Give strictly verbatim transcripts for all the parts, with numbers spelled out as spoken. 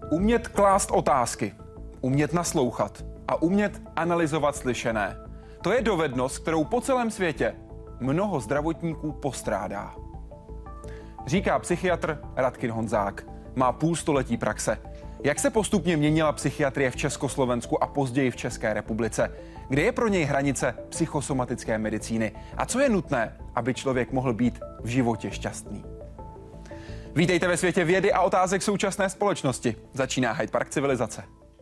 Umět klást otázky, umět naslouchat a umět analyzovat slyšené. To je dovednost, kterou po celém světě mnoho zdravotníků postrádá. Říká psychiatr Radkin Honzák. Má půl století praxe. Jak se postupně měnila psychiatrie v Československu a později v České republice? Kde je pro něj hranice psychosomatické medicíny? A co je nutné, aby člověk mohl být v životě šťastný? Vítejte ve světě vědy a otázek současné společnosti. Začíná Hyde Park civilizace.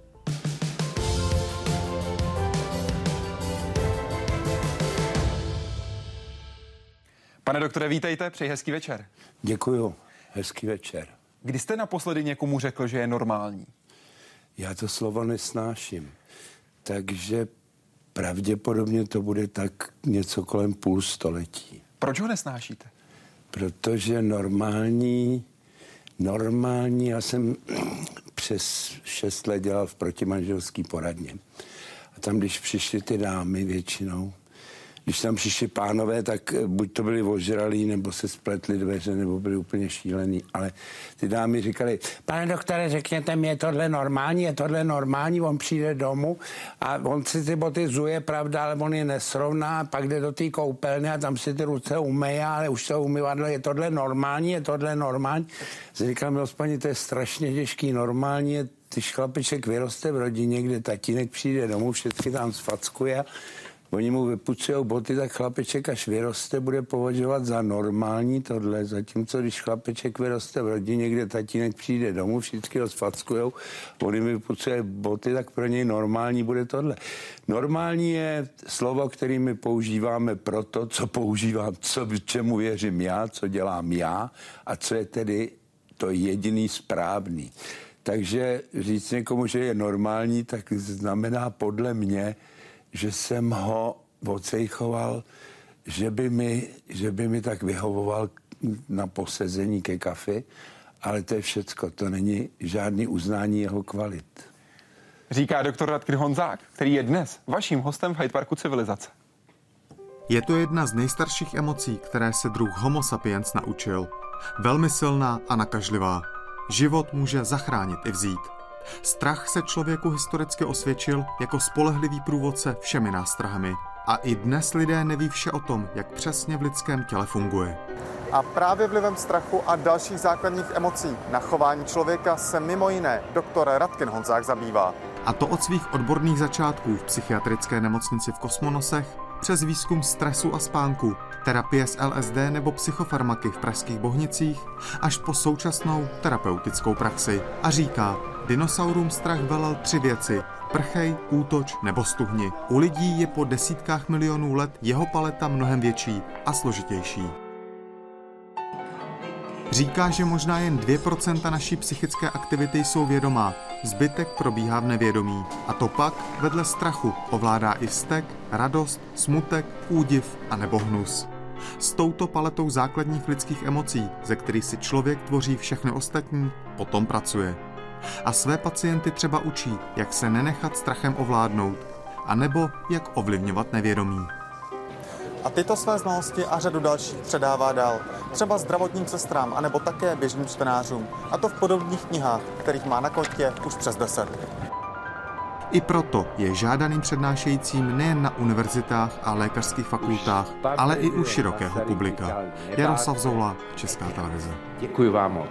Pane doktore, vítejte, přeji hezký večer. Děkuju, hezký večer. Kdy jste naposledy někomu řekl, že je normální? Já to slovo nesnáším, takže pravděpodobně to bude tak něco kolem půl století. Proč ho nesnášíte? Protože normální, normální, já jsem přes šest let dělal v protimanželský poradně. A tam, když přišly ty dámy většinou, když tam přišli pánové, tak buď to byli ožralí, nebo se spletli dveře, nebo byli úplně šílený. Ale ty dámy říkali, pane doktore, řekněte mi, je tohle normální, je tohle normální, on přijde domů a on si ty boty zuje, pravda, ale on je nesrovná, pak jde do té koupelny a tam si ty ruce umeje, ale už to umyvadlo, je tohle normální, je tohle normální. Říkám, milosť paní, to je strašně těžký, normální je, když chlapeček vyroste v rodině, kde tatínek přijde domů, všechny tam sfackuje, oni mu vypucujou boty, tak chlapeček, až vyroste, bude považovat za normální tohle. Zatímco, když chlapeček vyroste v rodině, kde tatínek přijde domů, všichni ho sfackujou, oni mu vypucuje boty, tak pro něj normální bude tohle. Normální je slovo, který my používáme pro to, co používám, co, čemu věřím já, co dělám já a co je tedy to jediný správný. Takže říct někomu, že je normální, tak znamená podle mě, že jsem ho ocejchoval, že by mi, že by mi tak vyhovoval na posezení ke kafi, ale to je všecko, to není žádný uznání jeho kvalit. Říká doktor Radkin Honzák, který je dnes vaším hostem v Hyde Parku civilizace. Je to jedna z nejstarších emocí, které se druh Homo sapiens naučil. Velmi silná a nakažlivá. Život může zachránit i vzít. Strach se člověku historicky osvědčil jako spolehlivý průvodce všemi nástrahami. A i dnes lidé neví vše o tom, jak přesně v lidském těle funguje. A právě vlivem strachu a dalších základních emocí na chování člověka se mimo jiné doktor Radkin Honzák zabývá. A to od svých odborných začátků v psychiatrické nemocnici v Kosmonosech přes výzkum stresu a spánku, terapie s L S D nebo psychofarmaky v pražských Bohnicích až po současnou terapeutickou praxi. A říká, dinosaurům strach velel tři věci. Prchej, útoč nebo stuhni. U lidí je po desítkách milionů let jeho paleta mnohem větší a složitější. Říká, že možná jen dvě procenta naší psychické aktivity jsou vědomá, zbytek probíhá v nevědomí. A to pak vedle strachu ovládá i vztek, radost, smutek, údiv a nebo hnus. S touto paletou základních lidských emocí, ze kterých si člověk tvoří všechny ostatní, potom pracuje. A své pacienty třeba učí, jak se nenechat strachem ovládnout, anebo jak ovlivňovat nevědomí. A tyto své znalosti a řadu dalších předává dál, třeba zdravotním sestrám, anebo také běžným čtenářům, a to v podobných knihách, kterých má na kontě už přes deset. I proto je žádaným přednášejícím nejen na univerzitách a lékařských fakultách, ale i u širokého publika. Jaroslav Zoula, Česká televize. Děkuji vám moc.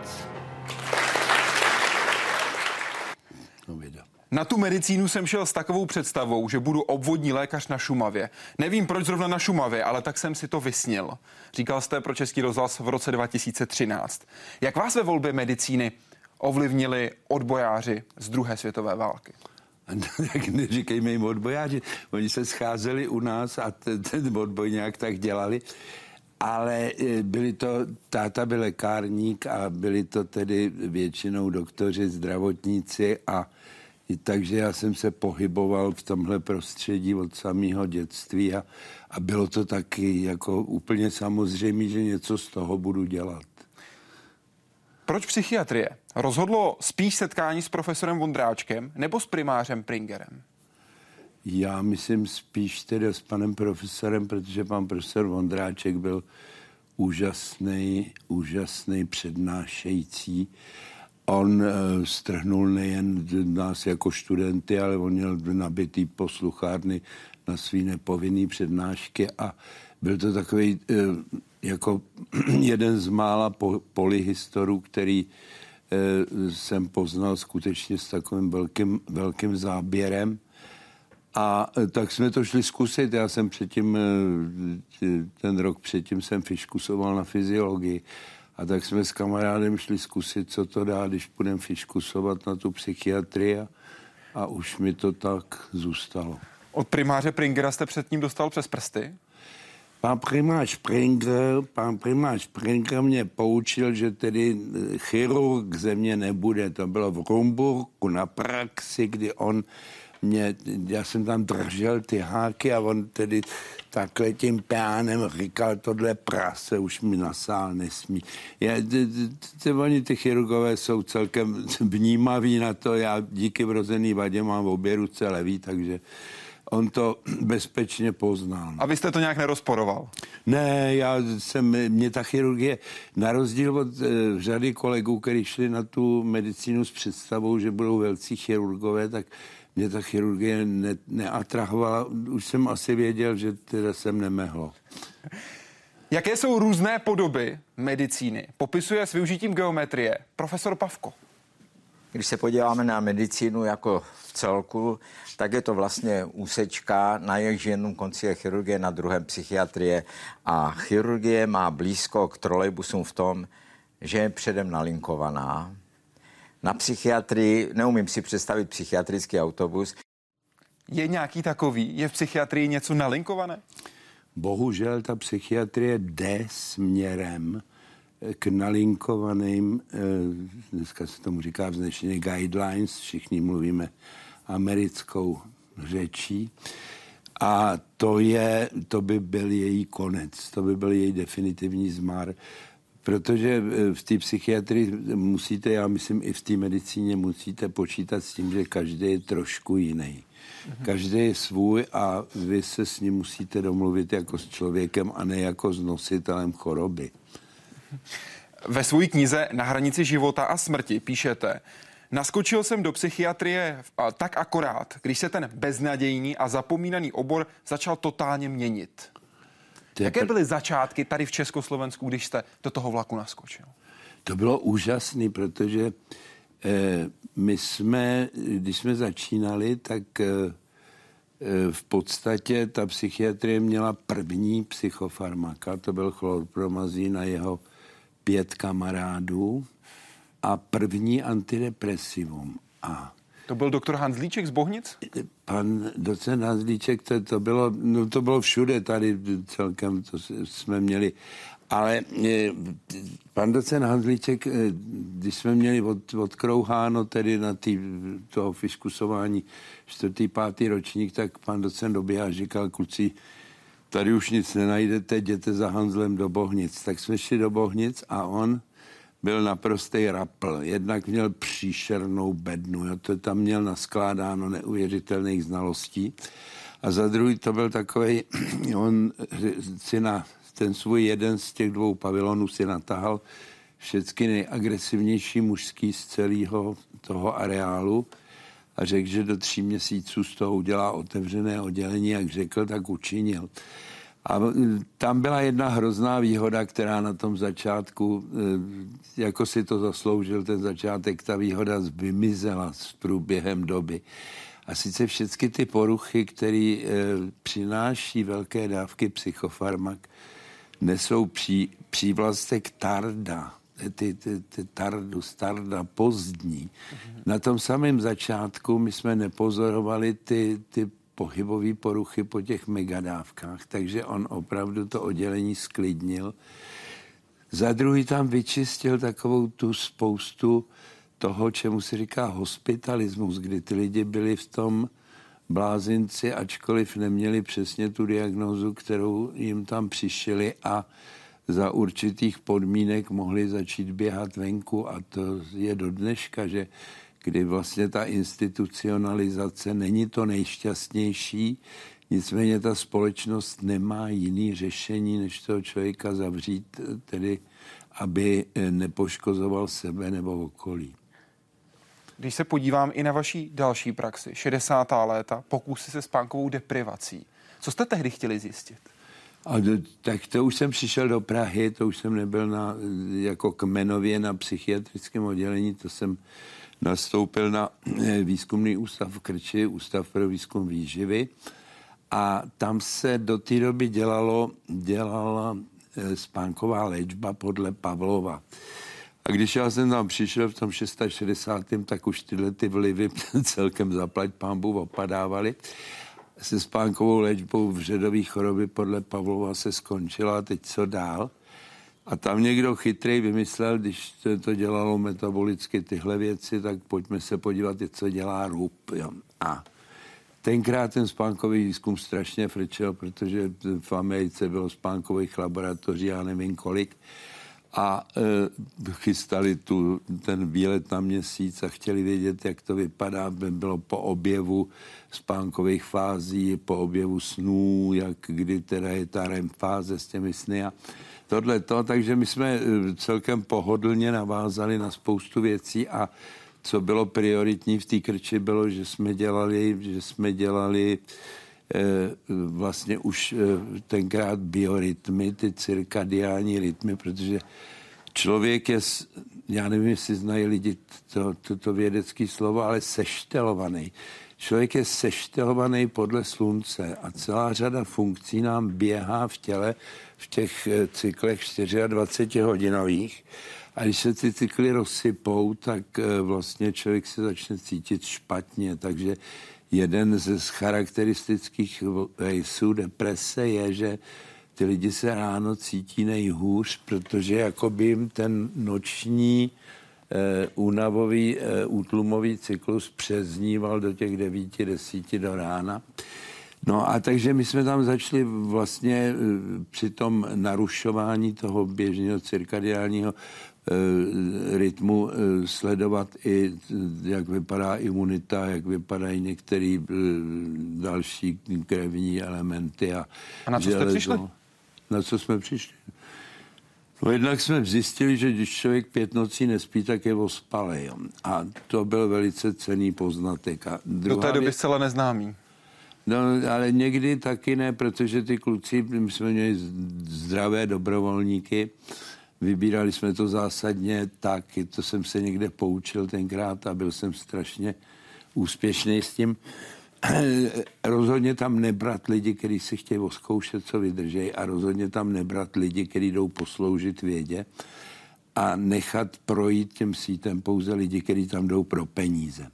Na tu medicínu jsem šel s takovou představou, že budu obvodní lékař na Šumavě. Nevím, proč zrovna na Šumavě, ale tak jsem si to vysnil. Říkal jste pro Český rozhlas v roce dva tisíce třináct. Jak vás ve volbě medicíny ovlivnili odbojáři z druhé světové války? Tak neříkejme jim odbojáři. Oni se scházeli u nás a ten, ten odboj nějak tak dělali. Ale byli to, táta byl lékárník a byli to tedy většinou doktoři, zdravotníci a takže já jsem se pohyboval v tomhle prostředí od samého dětství a, a bylo to taky jako úplně samozřejmé, že něco z toho budu dělat. Proč psychiatrie? Rozhodlo spíš setkání s profesorem Vondráčkem nebo s primářem Pringerem? Já myslím spíš tedy s panem profesorem, protože pan profesor Vondráček byl úžasný, úžasný přednášející On uh, strhnul nejen nás jako studenty, ale on měl nabitý posluchárny na svý nepovinný přednášky a byl to takový uh, jako jeden z mála po, polyhistorů, který uh, jsem poznal skutečně s takovým velkým, velkým záběrem. A uh, tak jsme to šli zkusit. Já jsem předtím, uh, ten rok předtím jsem fiškusoval na fyziologii. A tak jsme s kamarádem šli zkusit, co to dá, když budeme fiškusovat na tu psychiatrii a už mi to tak zůstalo. Od primáře Pringera jste předtím dostal přes prsty? Pán primář Pringer, pán primář Pringer mě poučil, že tedy chirurg ze mě nebude. To bylo v Rumburku na praxi, kdy on mě, já jsem tam držel ty háky a on tedy takhle tím pánem říkal, tohle prase už mi na sál nesmí. Já, t, t, t, oni ty chirurgové jsou celkem vnímaví na to, já díky vrozený vadě mám v obě ruce levý, takže on to bezpečně poznal. A vy jste to nějak nerozporoval? Ne, já jsem, mě ta chirurgie, na rozdíl od e, řady kolegů, kteří šli na tu medicínu s představou, že budou velcí chirurgové, tak mě ta chirurgie ne, neatrahovala. Už jsem asi věděl, že teda jsem nemehlo. Jaké jsou různé podoby medicíny? Popisuje s využitím geometrie profesor Pavko. Když se podíváme na medicínu jako v celku, tak je to vlastně úsečka, na jejíž jednom konci je chirurgie, na druhém psychiatrie. A chirurgie má blízko k trolejbusům v tom, že je předem nalinkovaná. Na psychiatrii, neumím si představit psychiatrický autobus. Je nějaký takový? Je v psychiatrii něco nalinkované? Bohužel ta psychiatrie jde směrem k nalinkovaným, dneska se tomu říká vznešeně guidelines, všichni mluvíme americkou řečí. A to, je, to by byl její konec, to by byl její definitivní zmar. Protože v té psychiatrii musíte, já myslím i v té medicíně musíte počítat s tím, že každý je trošku jiný. Každý je svůj a vy se s ním musíte domluvit jako s člověkem a ne jako s nositelem choroby. Ve své knize Na hranici života a smrti píšete: naskočil jsem do psychiatrie tak akorát, když se ten beznadějný a zapomínaný obor začal totálně měnit. Jaké byly začátky tady v Československu, když jste do toho vlaku naskočil? To bylo úžasné, protože eh, my jsme, když jsme začínali, tak eh, v podstatě ta psychiatrie měla první psychofarmaka, to byl chlorpromazin a jeho pět kamarádů a první antidepresivum. A to byl doktor Hanzlíček z Bohnic? Pan docent Hanzlíček, to, to, bylo, no to bylo všude tady celkem, to jsme měli. Ale eh, pan docent Hanzlíček, eh, když jsme měli od, odkrouháno tedy na tý, toho fiškusování čtvrtý, pátý ročník, tak pan docent doběhá a říkal: kluci, tady už nic nenajdete, jděte za Hanzlem do Bohnic. Tak jsme šli do Bohnic a on byl naprostý rapl. Jednak měl příšernou bednu, jo, to tam měl naskládáno neuvěřitelných znalostí. A za druhý to byl takovej, on si na ten svůj jeden z těch dvou pavilonů si natahal všechny nejagresivnější mužský z celého toho areálu a řekl, že do tří měsíců z toho udělá otevřené oddělení, jak řekl, tak učinil. A tam byla jedna hrozná výhoda, která na tom začátku, jako si to zasloužil ten začátek, ta výhoda vymizela s průběhem doby. A sice všechny ty poruchy, které přináší velké dávky psychofarmak, nesou pří, přívlastek tarda, ty, ty, ty tardus, tarda pozdní. Mm-hmm. Na tom samém začátku my jsme nepozorovali ty, ty pohybové poruchy po těch megadávkách, takže on opravdu to oddělení sklidnil. Za druhý tam vyčistil takovou tu spoustu toho, čemu se říká hospitalismus, kdy ty lidi byli v tom blázinci, ačkoliv neměli přesně tu diagnózu, kterou jim tam přišili a za určitých podmínek mohli začít běhat venku a to je do dneška, že kdy vlastně ta institucionalizace není to nejšťastnější, nicméně ta společnost nemá jiný řešení, než toho člověka zavřít, tedy aby nepoškozoval sebe nebo okolí. Když se podívám i na vaší další praxi, šedesátá léta, pokusy se spánkovou deprivací, co jste tehdy chtěli zjistit? A do, tak to už jsem přišel do Prahy, to už jsem nebyl na, jako kmenově na psychiatrickém oddělení, to jsem nastoupil na výzkumný ústav v Krči, Ústav pro výzkum výživy. A tam se do té doby dělalo, dělala spánková léčba podle Pavlova. A když já jsem tam přišel v tom šedesátém šestém tak už tyhle ty vlivy celkem zaplať pánbůh opadávaly. Se spánkovou léčbou vředové choroby podle Pavlova se skončila, teď co dál? A tam někdo chytrý vymyslel, když to, to dělalo metabolicky tyhle věci, tak pojďme se podívat, co dělá R U P. Jo. A tenkrát ten spánkový výzkum strašně frčel, protože v Americe bylo spánkových laboratoří, já nevím kolik, a e, chystali tu, ten výlet na měsíc a chtěli vědět, jak to vypadá. Bylo po objevu spánkových fází, po objevu snů, jak kdy teda je ta R E M fáze s těmi sny a tohle to. Takže my jsme celkem pohodlně navázali na spoustu věcí a co bylo prioritní v té Krči, bylo, že jsme dělali, že jsme dělali eh, vlastně už eh, tenkrát biorytmy, ty cirkadiální rytmy, protože člověk je, já nevím, jestli znají lidi to, to, to vědecké slovo, ale seštelovaný. Člověk je seštelovaný podle slunce a celá řada funkcí nám běhá v těle v těch cyklech dvacet čtyři hodinových. A když se ty cykly rozsypou, tak vlastně člověk se začne cítit špatně. Takže jeden ze charakteristických rysů deprese je, že ty lidi se ráno cítí nejhůř, protože jakoby jim ten noční eh, únavový, eh, útlumový cyklus přezníval do těch devíti, desíti do rána. No a takže my jsme tam začali vlastně eh, při tom narušování toho běžného cirkadiálního eh, rytmu eh, sledovat i, jak vypadá imunita, jak vypadají některé eh, další krevní elementy. A, a na co jste přišli? Na co jsme přišli? No jednak jsme zjistili, že když člověk pět nocí nespí, tak je ospalej. A to byl velice cenný poznatek. A do té doby zcela neznámý. No, ale někdy taky ne, protože ty kluci, my jsme měli zdravé dobrovolníky, vybírali jsme to zásadně tak, to jsem se někde poučil tenkrát a byl jsem strašně úspěšný s tím. Rozhodně tam nebrat lidi, kteří si chtějí oskoušet, co vydržej, a rozhodně tam nebrat lidi, kteří jdou posloužit vědě a nechat projít těm sítem pouze lidi, kteří tam jdou pro peníze.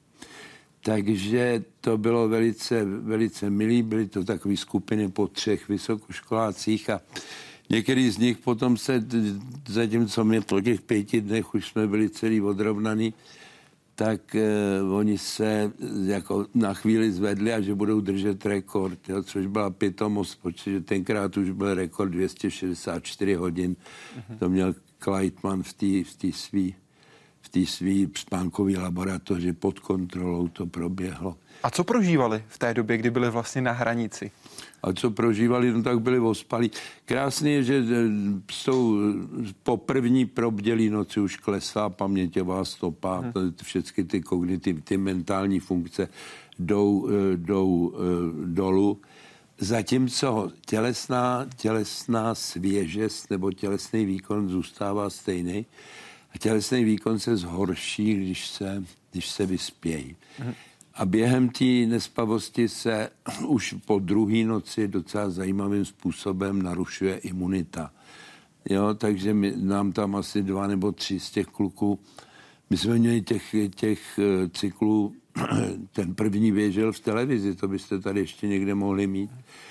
Takže to bylo velice, velice milý, byly to takové skupiny po třech vysokoškolácích a některý z nich potom se, zatímco my po těch pěti dnech už jsme byli celý odrovnaný, tak eh, oni se jako na chvíli zvedli a že budou držet rekord, jo, což byla pitomost, protože tenkrát už byl rekord dvě stě šedesát čtyři hodin. Uh-huh. To měl Kleitman v té v té svý v té svý spánkové laboratoři, pod kontrolou to proběhlo. A co prožívali v té době, kdy byli vlastně na hranici? A co prožívali, no tak byli ospalí. Krásný je, že jsou po první probdělý noci už klesá paměťová stopa, hmm. všechny ty kognitivní, ty mentální funkce jdou, jdou dolů. Zatímco tělesná, tělesná svěžest nebo tělesný výkon zůstává stejný a tělesný výkon se zhorší, když se, když se vyspějí. Hmm. A během té nespavosti se už po druhé noci docela zajímavým způsobem narušuje imunita. Jo, takže my, nám tam asi dva nebo tři z těch kluků, my jsme měli těch, těch cyklů, ten první běžel v televizi, to byste tady ještě někde mohli mít.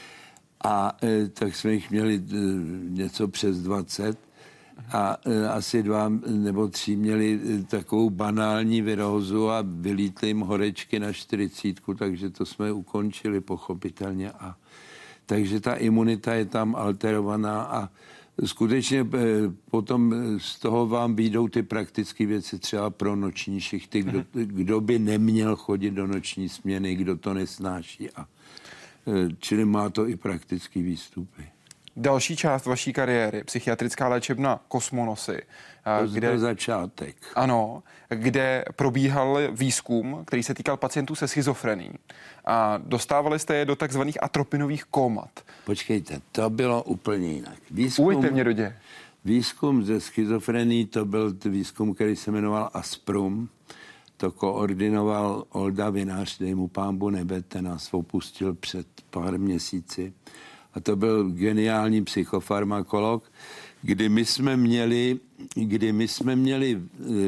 A tak jsme jich měli něco přes dvacet. A e, asi dva nebo tři měli e, takovou banální virózu a vylítly jim horečky na čtyřicítku, takže to jsme ukončili pochopitelně. A, takže ta imunita je tam alterovaná a skutečně e, potom z toho vám vyjdou ty praktické věci třeba pro noční šichty, kdo, kdo by neměl chodit do noční směny, kdo to nesnáší. A, e, čili má to i praktické výstupy. Další část vaší kariéry, psychiatrická léčebna Kosmonosy. To kde, byl začátek. Ano, kde probíhal výzkum, který se týkal pacientů se schizofrenií. A dostávali jste je do takzvaných atropinových kómat. Počkejte, to bylo úplně jinak. Výzkum, Ujďte mě do děje. Výzkum ze schizofrenií, to byl výzkum, který se jmenoval Asprum. To koordinoval Olda Vinář, dej mu pánbu nebe, ten nás opustil před pár měsíci. A to byl geniální psychofarmakolog, kdy my jsme měli, kdy my jsme měli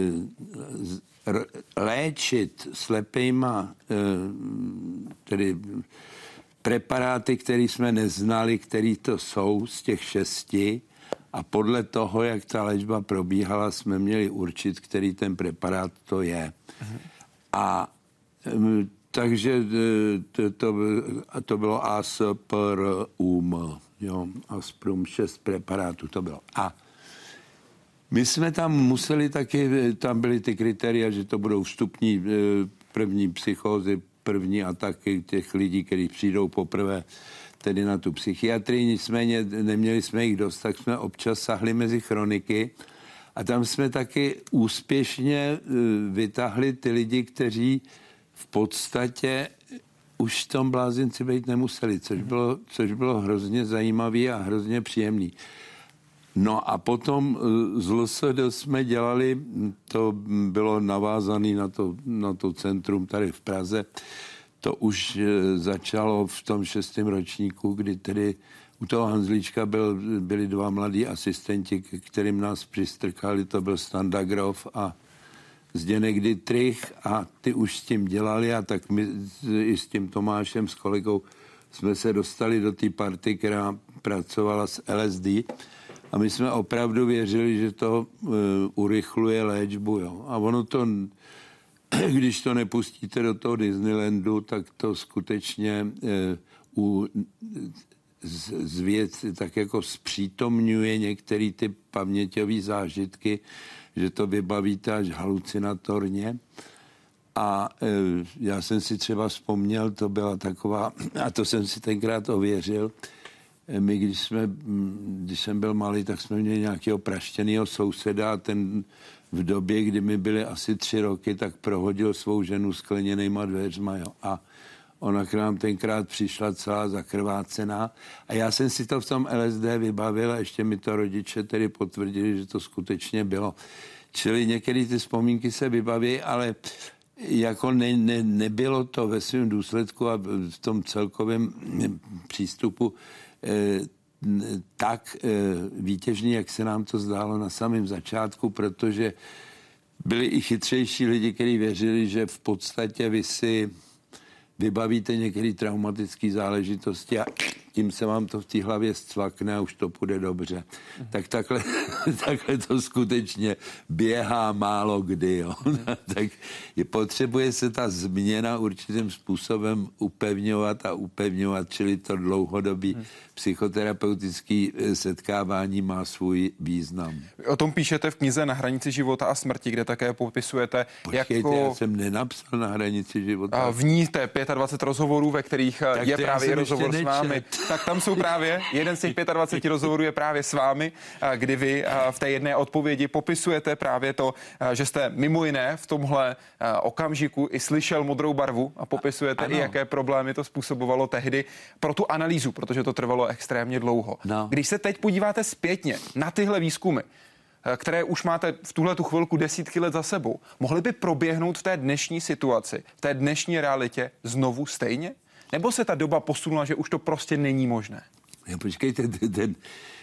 uh, léčit slepejma, uh, tedy preparáty, které jsme neznali, který to jsou z těch šesti, a podle toho, jak ta léčba probíhala, jsme měli určit, který ten preparát to je. Uh-huh. A um, takže to, to, to bylo Asprum, jo, Asprum, šest preparátů to bylo. A my jsme tam museli taky, tam byly ty kritéria, že to budou vstupní první psychózy, první ataky těch lidí, kteří přijdou poprvé tedy na tu psychiatrii, nicméně neměli jsme jich dost, tak jsme občas sahli mezi chroniky a tam jsme taky úspěšně vytáhli ty lidi, kteří v podstatě už v tom blázinci být nemuseli, což bylo, což bylo hrozně zajímavý a hrozně příjemný. No a potom z L S D jsme dělali, to bylo navázané na to, na to centrum tady v Praze, to už začalo v tom šestém ročníku, kdy tedy u toho Hanzlíčka byl, byli dva mladí asistenti, kterým nás přistrkali, to byl Standa Grof a Zdeněk Dittrich, a ty už s tím dělali, a tak my i s tím Tomášem, s kolegou, jsme se dostali do té party, která pracovala s L S D, a my jsme opravdu věřili, že to uh, urychluje léčbu. Jo. A ono to, když to nepustíte do toho Disneylandu, tak to skutečně uh, u, z, z věc, tak jako zpřítomňuje některé ty paměťové zážitky, že to vybavíte až halucinatorně. A e, já jsem si třeba vzpomněl, to byla taková, a to jsem si tenkrát ověřil, e, my, když, jsme, když jsem byl malý, tak jsme měli nějakého praštěnýho souseda, a ten v době, kdy mi byly asi tři roky, tak prohodil svou ženu skleněnýma dveřma, jo. A ona k nám tenkrát přišla celá zakrvácená a já jsem si to v tom L S D vybavil a ještě mi to rodiče tedy potvrdili, že to skutečně bylo. Čili některé ty vzpomínky se vybaví, ale jako ne, ne, nebylo to ve svém důsledku a v tom celkovém přístupu eh, tak eh, výtěžný, jak se nám to zdálo na samém začátku, protože byli i chytřejší lidi, kteří věřili, že v podstatě vy si vybavíte některé traumatické záležitosti a tím se vám to v té hlavě zcvakne a už to půjde dobře. Tak takhle, takhle to skutečně běhá málo kdy. Jo. Tak je, potřebuje se ta změna určitým způsobem upevňovat a upevňovat, čili to dlouhodobý psychoterapeutické setkávání má svůj význam. O tom píšete v knize Na hranici života a smrti, kde také popisujete, Počkejte, jako... já jsem nenapsal Na hranici života. V ní jste dvacet pět rozhovorů, ve kterých tak je právě rozhovor s vámi. Tak tam jsou právě, jeden z těch dvacet pět rozhovorů je právě s vámi, kdy vy v té jedné odpovědi popisujete právě to, že jste mimo jiné v tomhle okamžiku i slyšel modrou barvu a popisujete ano. i jaké problémy to způsobovalo tehdy pro tu analýzu, protože to trvalo extrémně dlouho. No. Když se teď podíváte zpětně na tyhle výzkumy, které už máte v tuhle tu chvilku desítky let za sebou, mohly by proběhnout v té dnešní situaci, v té dnešní realitě znovu stejně? Nebo se ta doba posunula, že už to prostě není možné? Ja, počkejte, ten,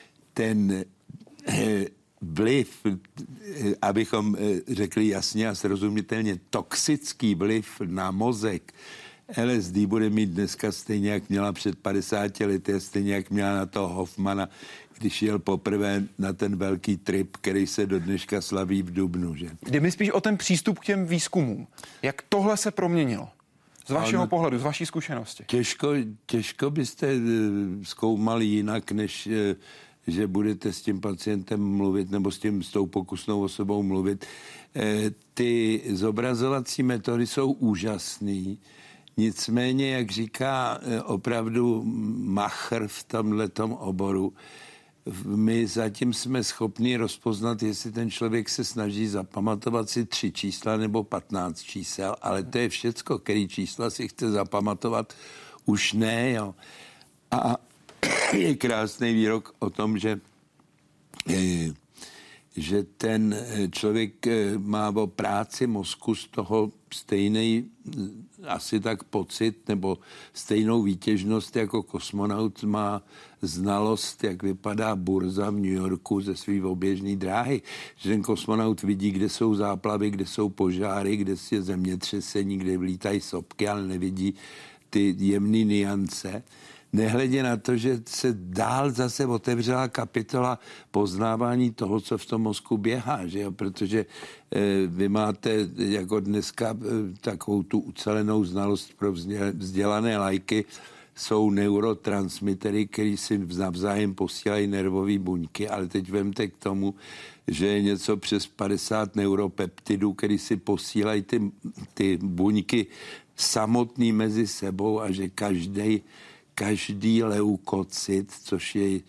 ten eh, vliv, eh, abychom eh, řekli jasně a srozumitelně, toxický vliv na mozek L S D bude mít dneska stejně, jak měla před padesáti lety, stejně jak měla na toho Hoffmana, když jel poprvé na ten velký trip, který se do dneška slaví v dubnu. Že? Jde mi spíš o ten přístup k těm výzkumům. Jak tohle se proměnilo? Z vašeho no, pohledu, z vaší zkušenosti. Těžko, těžko byste zkoumali jinak, než že budete s tím pacientem mluvit nebo s, tím, s tou pokusnou osobou mluvit. Ty zobrazovací metody jsou úžasný. Nicméně, jak říká opravdu machr v tomhletom oboru, my zatím jsme schopni rozpoznat, jestli ten člověk se snaží zapamatovat si tři čísla nebo patnáct čísel, ale to je všecko, který čísla si chce zapamatovat, už ne, jo. A je krásný výrok o tom, že, že ten člověk má o práci mozku z toho stejný asi tak pocit nebo stejnou výtěžnost jako kosmonaut má znalost, jak vypadá burza v New Yorku ze svý oběžné dráhy. Že ten kosmonaut vidí, kde jsou záplavy, kde jsou požáry, kde je zemětřesení, kde vlítají sopky, ale nevidí ty jemné niance. Nehledě na to, že se dál zase otevřela kapitola poznávání toho, co v tom mozku běhá, že jo? Protože eh, vy máte jako dneska eh, takovou tu ucelenou znalost pro vzdělané lajky, jsou neurotransmitery, který si navzájem posílají nervové buňky, ale teď vemte k tomu, že je něco přes padesát neuropeptidů, který si posílají ty, ty buňky samotný mezi sebou a že každý každý leukocyt, což je,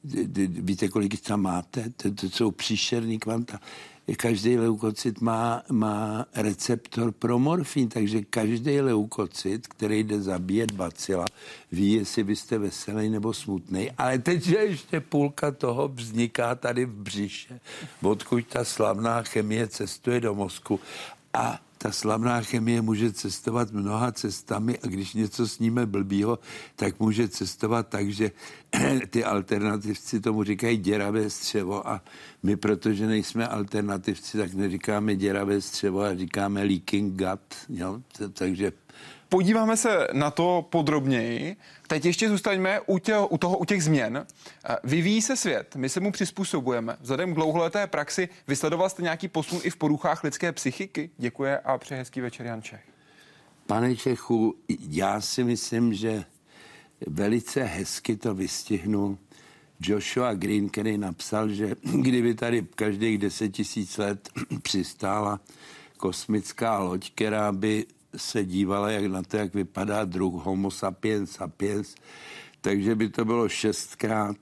víte, kolik tam máte? To, to jsou příšerný kvanta. Každý leukocyt má, má receptor pro morfín, takže každý leukocyt, který jde zabíjet bacila, ví, jestli vy jste veselý nebo smutný. Ale teď, že ještě půlka toho vzniká tady v břiše, odkud ta slavná chemie cestuje do mozku. A ta slavná chemie může cestovat mnoha cestami a když něco sníme blbýho, tak může cestovat tak, že ty alternativci tomu říkají děravé střevo a my, protože nejsme alternativci, tak neříkáme děravé střevo a říkáme leaking gut, jo? Takže podíváme se na to podrobněji. Teď ještě zůstaňme u, tě, u toho, u těch změn. Vyvíjí se svět, my se mu přizpůsobujeme. Vzhledem k dlouholeté praxi vysledoval jste nějaký posun i v poruchách lidské psychiky? Děkuji a přeji hezký večer, Jan Čech. Pane Čechu, já si myslím, že velice hezky to vystihnul Joshua Green, který napsal, že kdyby tady každých deset tisíc let přistála kosmická loď, která by se dívala jak na to, jak vypadá druh Homo sapiens sapiens, takže by to bylo šestkrát,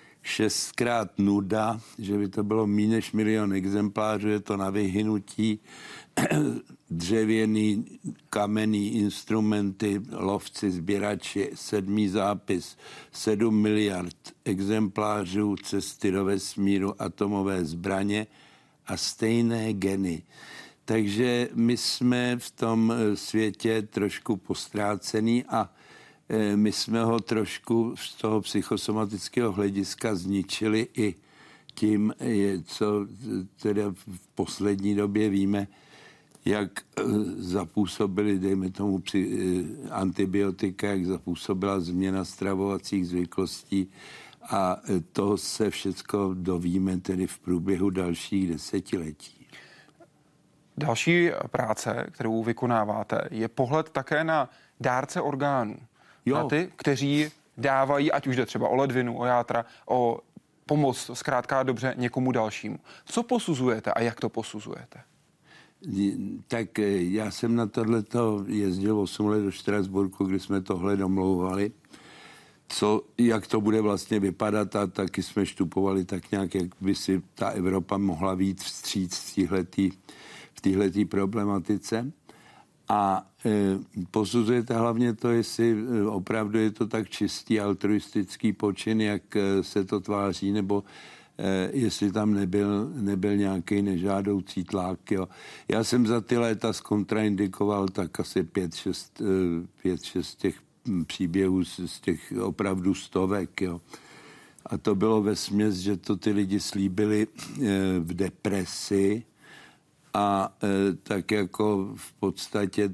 šestkrát nuda, že by to bylo méně než milion exemplářů, je to na vyhynutí, dřevěný, kamenný instrumenty, lovci, sběrači, sedmý zápis, sedm miliard exemplářů, cesty do vesmíru, atomové zbraně a stejné geny. Takže my jsme v tom světě trošku postrácený a my jsme ho trošku z toho psychosomatického hlediska zničili i tím, co teda v poslední době víme, jak zapůsobili, dejme tomu, při antibiotika, jak zapůsobila změna stravovacích zvyklostí a to se všecko dovíme tedy v průběhu dalších desetiletí. Další práce, kterou vykonáváte, je pohled také na dárce orgánů. Jo. Na ty, kteří dávají, ať už jde třeba o ledvinu, o játra, o pomoc, zkrátka dobře, někomu dalšímu. Co posuzujete a jak to posuzujete? Tak já jsem na tohleto jezdil osm let do Štrasburku, kdy jsme tohle domlouvali. Co, jak to bude vlastně vypadat a taky jsme štupovali tak nějak, jak by si ta Evropa mohla vyjít vstříc v téhletý v téhletý problematice a e, posuzujete hlavně to, jestli e, opravdu je to tak čistý altruistický počin, jak e, se to tváří, nebo e, jestli tam nebyl, nebyl nějaký nežádoucí tlak. Jo. Já jsem za ty léta zkontraindikoval tak asi pět, šest, e, pět, šest těch příběhů z, z těch opravdu stovek. Jo. A to bylo vesměs, že to ty lidi slíbili e, v depresi, a e, tak jako v podstatě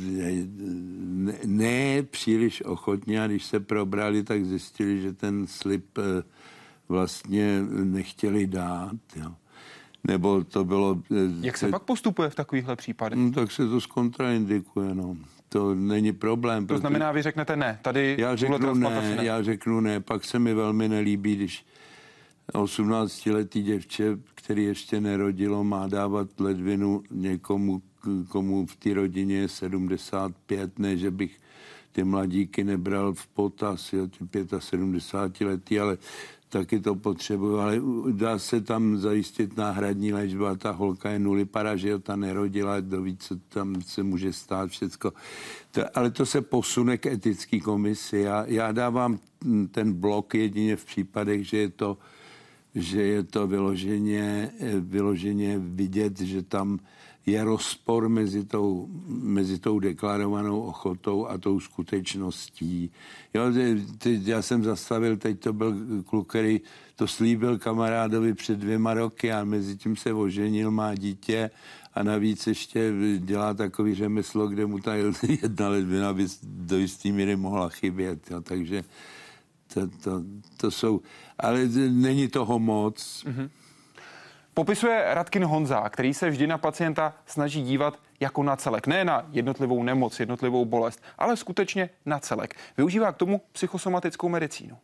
ne, ne příliš ochotně, a když se probrali, tak zjistili, že ten slib e, vlastně nechtěli dát. Jo. Nebo to bylo... E, Jak se, se pak postupuje v takovýchhle případech? No, tak se to zkontraindikuje, no. To není problém. To znamená, vy řeknete ne, tady... Já řeknu ne, ne, já řeknu ne, pak se mi velmi nelíbí, když osmnáctiletý děvče, který ještě nerodilo, má dávat ledvinu někomu, komu v té rodině je sedmdesát pět, ne, že bych ty mladíky nebral v potaz, jo, ty sedmdesáti letý, ale taky to potřebuju, ale dá se tam zajistit náhradní léčbu a ta holka je nulipara, že jo, ta nerodila, kdo ví, co tam se může stát, všecko. To, ale to se posune k etické komisi. Já, já dávám ten blok jedině v případech, že je to, že je to vyloženě, vyloženě vidět, že tam je rozpor mezi tou, mezi tou deklarovanou ochotou a tou skutečností. Jo, teď já jsem zastavil, teď to byl kluk, který to slíbil kamarádovi před dvěma roky a mezi tím se oženil, má dítě a navíc ještě dělá takový řemeslo, kde mu ta jedna ledvina by do jistý míry mohla chybět. Jo, takže to, to, to jsou... Ale není toho moc. Mm-hmm. Popisuje Radkin Honza, který se vždy na pacienta snaží dívat jako na celek. Ne na jednotlivou nemoc, jednotlivou bolest, ale skutečně na celek. Využívá k tomu psychosomatickou medicínu.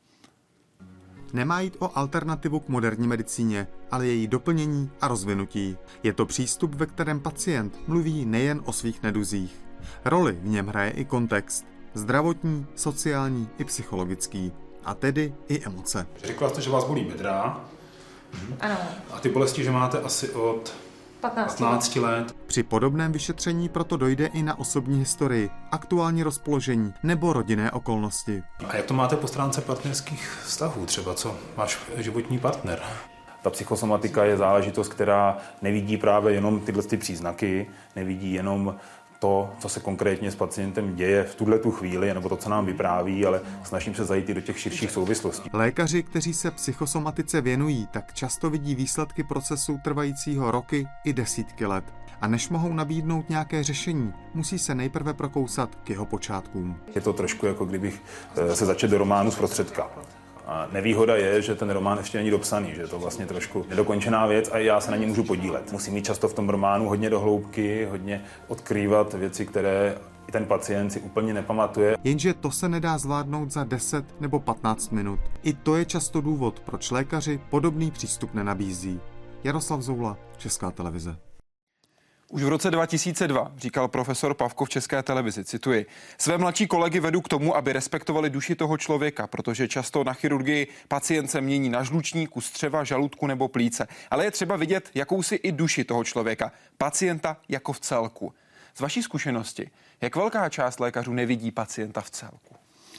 Nemá jít o alternativu k moderní medicíně, ale její doplnění a rozvinutí. Je to přístup, ve kterém pacient mluví nejen o svých neduzích. Roli v něm hraje i kontext. Zdravotní, sociální i psychologický. A tedy i emoce. Řekla jste, že vás bolí bedra. Mhm. Ano. A ty bolesti, že máte asi od patnácti let. Při podobném vyšetření proto dojde i na osobní historii, aktuální rozpoložení nebo rodinné okolnosti. A jak to máte po stránce partnerských vztahů? Třeba co váš životní partner? Ta psychosomatika je záležitost, která nevidí právě jenom tyhle ty příznaky, nevidí jenom to, co se konkrétně s pacientem děje v tuhle tu chvíli, nebo to, co nám vypráví, ale snažím se zajít i do těch širších souvislostí. Lékaři, kteří se psychosomatice věnují, tak často vidí výsledky procesu trvajícího roky i desítky let. A než mohou nabídnout nějaké řešení, musí se nejprve prokousat k jeho počátkům. Je to trošku jako kdybych se začal do románu zprostředka. A nevýhoda je, že ten román ještě není dopsaný, že je to vlastně trošku nedokončená věc a já se na ní můžu podílet. Musím mít často v tom románu hodně do hloubky, hodně odkrývat věci, které i ten pacient si úplně nepamatuje. Jenže to se nedá zvládnout za deset nebo patnáct minut. I to je často důvod, proč lékaři podobný přístup nenabízí. Jaroslav Zoula, Česká televize. Už v roce dva tisíce dva říkal profesor Pavko v České televizi, cituji, své mladší kolegy vedu k tomu, aby respektovali duši toho člověka, protože často na chirurgii pacient se mění na žlučníku, střeva, žaludku nebo plíce. Ale je třeba vidět jakousi i duši toho člověka, pacienta jako v celku. Z vaší zkušenosti, jak velká část lékařů nevidí pacienta v celku?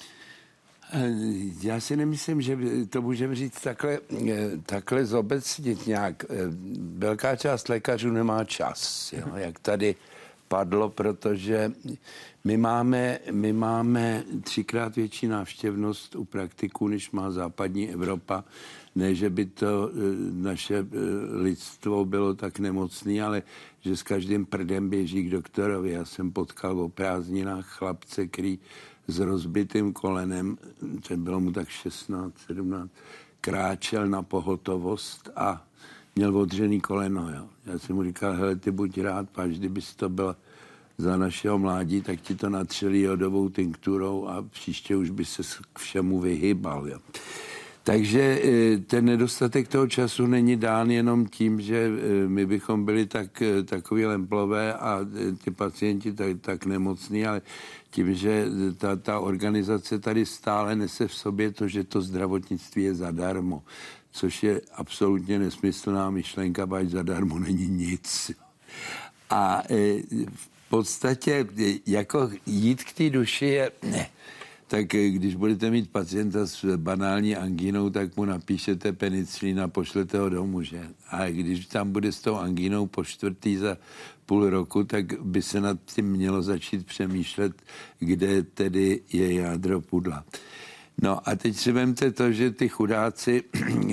Já si nemyslím, že to můžeme říct takhle, takhle zobecnit nějak. Velká část lékařů nemá čas, jo, jak tady padlo, protože my máme, my máme třikrát větší návštěvnost u praktiků, než má západní Evropa. Ne, že by to naše lidstvo bylo tak nemocné, ale že s každým prdem běží k doktorovi. Já jsem potkal o prázdninách chlapce, který s rozbitým kolenem, to bylo mu tak šestnáct, sedmnáct, kráčel na pohotovost a měl odřený koleno. Jo. Já jsem mu říkal, hele, ty buď rád, páč, kdybys to byl za našeho mládí, tak ti to natřeli jodovou tinkturou a příště už by se k všemu vyhýbal. Jo. Takže ten nedostatek toho času není dán jenom tím, že my bychom byli tak, takový lemplové a ty pacienti tak, tak nemocní, ale tím, že ta, ta organizace tady stále nese v sobě to, že to zdravotnictví je zadarmo, což je absolutně nesmyslná myšlenka, bať zadarmo není nic. A v podstatě jako jít k té duši je... Ne. Tak když budete mít pacienta s banální angínou, tak mu napíšete penicilin a pošlete ho domů, že? A když tam bude s tou angínou po čtvrtý za půl roku, tak by se nad tím mělo začít přemýšlet, kde tedy je jádro pudla. No a teď si vemte to, že ty chudáci,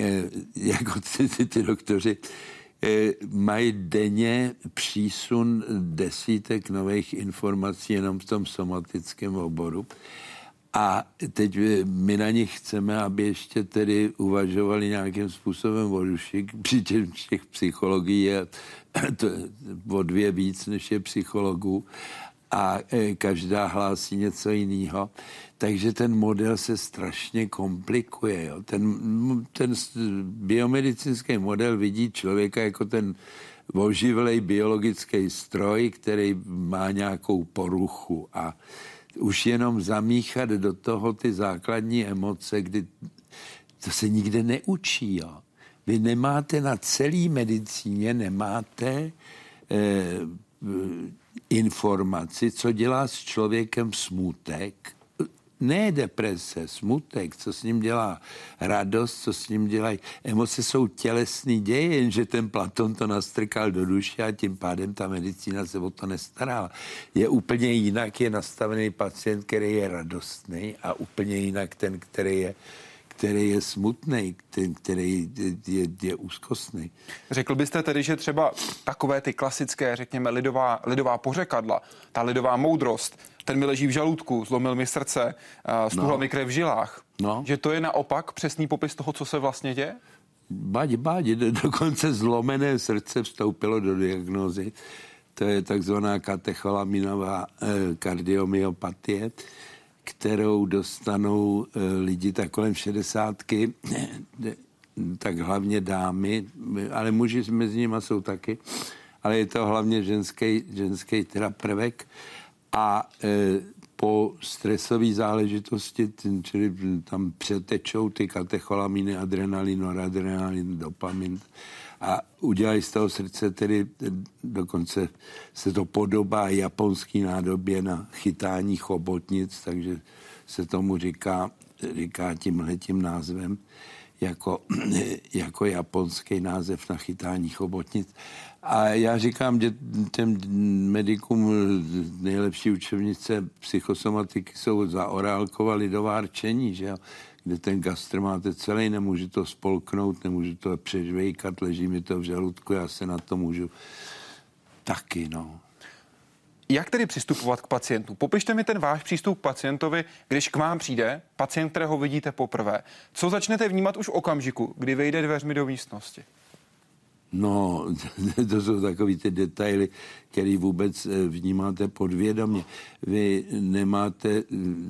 jako ty, ty, ty doktoři, mají denně přísun desítek nových informací jenom v tom somatickém oboru. A teď my na nich chceme, aby ještě tedy uvažovali nějakým způsobem o duši, přičemž těch psychologií je to o dvě víc, než je psychologů a každá hlásí něco jiného. Takže ten model se strašně komplikuje. Jo. Ten, ten biomedicínský model vidí člověka jako ten oživlej biologický stroj, který má nějakou poruchu a už jenom zamíchat do toho ty základní emoce, kdy to se nikde neučí. Jo. Vy nemáte na celé medicíně, nemáte eh, informaci, co dělá s člověkem smutek. Ne deprese, smutek, co s ním dělá radost, co s ním dělají. Emoce jsou tělesný děje, jenže ten Platon to nastrkal do duše a tím pádem ta medicína se o to nestarala. Je úplně jinak je nastavený pacient, který je radostný a úplně jinak ten, který je který je smutný, ten, který je, je, je úzkostný. Řekl byste tedy, že třeba takové ty klasické, řekněme, lidová, lidová pořekadla, ta lidová moudrost, ten mi leží v žaludku, zlomil mi srdce, stuhla no. mi krev v žilách, no. že to je naopak přesný popis toho, co se vlastně děje? Báď, báď, dokonce zlomené srdce vstoupilo do diagnózy. To je takzvaná katecholaminová eh, kardiomyopatie, kterou dostanou e, lidi tak kolem šedesátky, tak hlavně dámy, ale muži mezi nimi jsou taky, ale je to hlavně ženský, ženský teda prvek a e, po stresové záležitosti, čili tam přetečou ty katecholaminy, adrenalin, noradrenalin, dopamin a udělají z toho srdce tedy, dokonce se to podobá japonský nádobě na chytání chobotnic, takže se tomu říká, říká tímhletím názvem jako, jako japonský název na chytání chobotnic. A já říkám, že těm medikům nejlepší učebnice psychosomatiky jsou zaorálkova lidová rčení, že jo? Kde ten gastr máte celý, nemůžu to spolknout, nemůžu to přežvejkat, leží mi to v žaludku, já se na to můžu taky, no. Jak tedy přistupovat k pacientu? Popište mi ten váš přístup k pacientovi, když k vám přijde pacient, kterého vidíte poprvé. Co začnete vnímat už v okamžiku, kdy vejde dveřmi do místnosti? No, to jsou takový ty detaily, který vůbec vnímáte podvědomě. Vy nemáte,